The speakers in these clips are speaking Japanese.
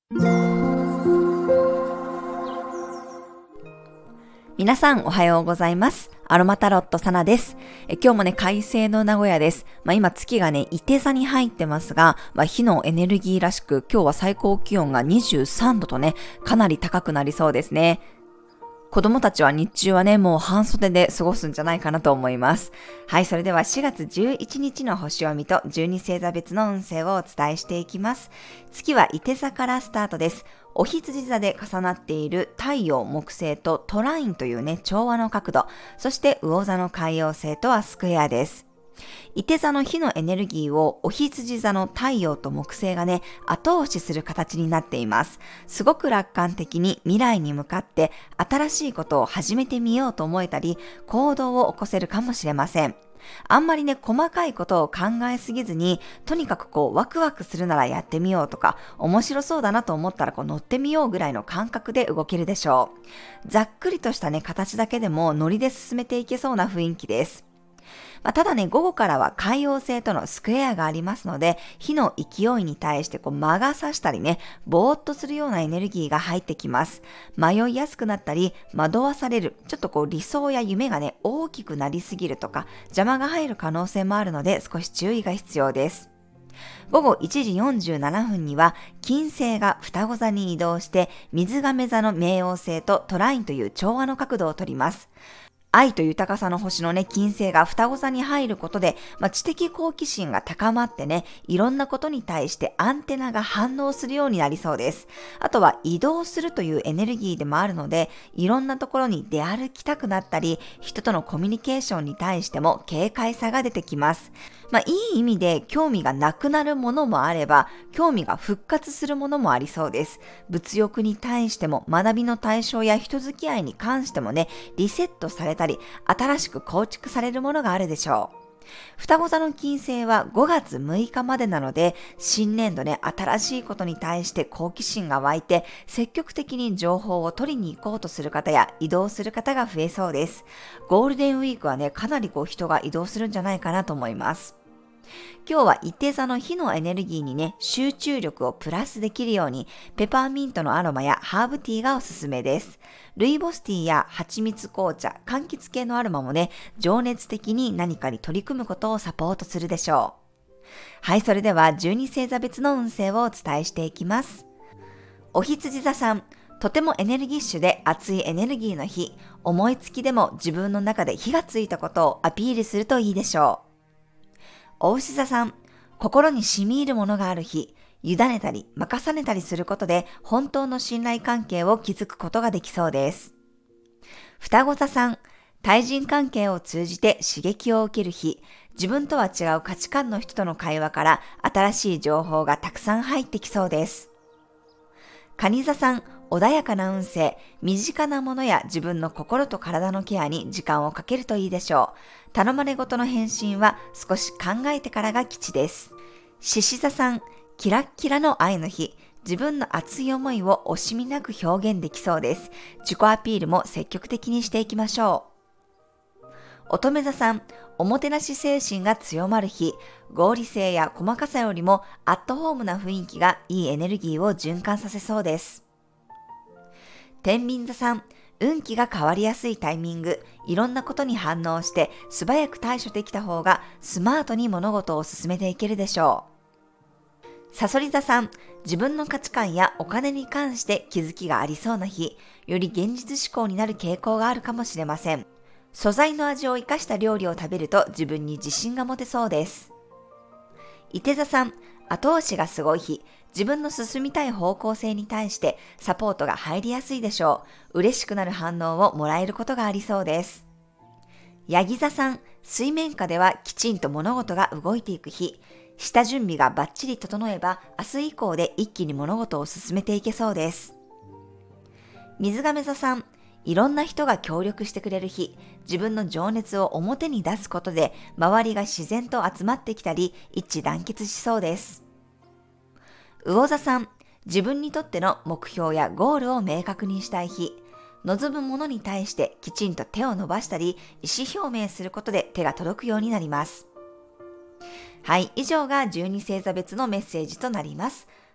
皆さんおはようございます。アロマタロットサナです。今日もね、快晴の名古屋です。今月がね、いて座に入ってますが、火のエネルギーらしく、今日は最高気温が23度とね、かなり高くなりそうですね。子供たちは日中はね、もう半袖で過ごすんじゃないかなと思います。はい、それでは4月11日の星読みと12星座別の運勢をお伝えしていきます。月はいて座からスタートです。お羊座で重なっている太陽木星とトラインというね、調和の角度、そして魚座の海王星とはスクエアです。いて座の火のエネルギーをお羊座の太陽と木星がね、後押しする形になっています。すごく楽観的に未来に向かって新しいことを始めてみようと思えたり、行動を起こせるかもしれません。あんまりね、細かいことを考えすぎずに、とにかくワクワクするならやってみようとか、面白そうだなと思ったら乗ってみようぐらいの感覚で動けるでしょう。ざっくりとしたね、形だけでもノリで進めていけそうな雰囲気です。ただね、午後からは海王星とのスクエアがありますので、火の勢いに対して魔が差したりね、ぼーっとするようなエネルギーが入ってきます。迷いやすくなったり、惑わされる、ちょっと理想や夢がね、大きくなりすぎるとか、邪魔が入る可能性もあるので、少し注意が必要です。午後1時47分には、金星が双子座に移動して、水亀座の冥王星とトラインという調和の角度をとります。愛と豊かさの星のね、金星が双子座に入ることで、知的好奇心が高まってね、いろんなことに対してアンテナが反応するようになりそうです。あとは移動するというエネルギーでもあるので、いろんなところに出歩きたくなったり、人とのコミュニケーションに対しても軽快さが出てきます。いい意味で興味がなくなるものもあれば、興味が復活するものもありそうです。物欲に対しても、学びの対象や人付き合いに関してもね、リセットされたり、新しく構築されるものがあるでしょう。双子座の金星は5月6日までなので、新年度ね、新しいことに対して好奇心が湧いて、積極的に情報を取りに行こうとする方や移動する方が増えそうです。ゴールデンウィークはね、かなり人が移動するんじゃないかなと思います。今日はいて座の火のエネルギーにね、集中力をプラスできるように、ペパーミントのアロマやハーブティーがおすすめです。ルイボスティーや蜂蜜紅茶、柑橘系のアロマもね、情熱的に何かに取り組むことをサポートするでしょう。はい、それでは12星座別の運勢をお伝えしていきます。お羊座さん、とてもエネルギッシュで熱いエネルギーの日、思いつきでも自分の中で火がついたことをアピールするといいでしょう。お牛座さん、心に染み入るものがある日、委ねたり任されたりすることで本当の信頼関係を築くことができそうです。双子座さん、対人関係を通じて刺激を受ける日、自分とは違う価値観の人との会話から新しい情報がたくさん入ってきそうです。蟹座さん、穏やかな運勢、身近なものや自分の心と体のケアに時間をかけるといいでしょう。頼まれごとの返信は少し考えてからが吉です。獅子座さん、キラッキラの愛の日、自分の熱い思いを惜しみなく表現できそうです。自己アピールも積極的にしていきましょう。乙女座さん、おもてなし精神が強まる日、合理性や細かさよりもアットホームな雰囲気がいいエネルギーを循環させそうです。天秤座さん、運気が変わりやすいタイミング、いろんなことに反応して素早く対処できた方がスマートに物事を進めていけるでしょう。さそり座さん、自分の価値観やお金に関して気づきがありそうな日、より現実志向になる傾向があるかもしれません。素材の味を生かした料理を食べると自分に自信が持てそうです。いて座さん、後押しがすごい日、自分の進みたい方向性に対してサポートが入りやすいでしょう。嬉しくなる反応をもらえることがありそうです。ヤギ座さん、水面下ではきちんと物事が動いていく日、下準備がバッチリ整えば明日以降で一気に物事を進めていけそうです。水亀座さん、いろんな人が協力してくれる日、自分の情熱を表に出すことで周りが自然と集まってきたり一致団結しそうです。魚座さん、自分にとっての目標やゴールを明確にしたい日、望むものに対してきちんと手を伸ばしたり意思表明することで手が届くようになります。はい、以上が12星座別のメッセージとなります。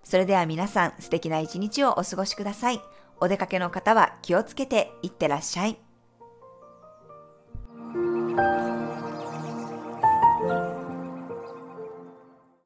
それでは皆さん素敵な一日をお過ごしください。お出かけの方は気をつけていってらっしゃい。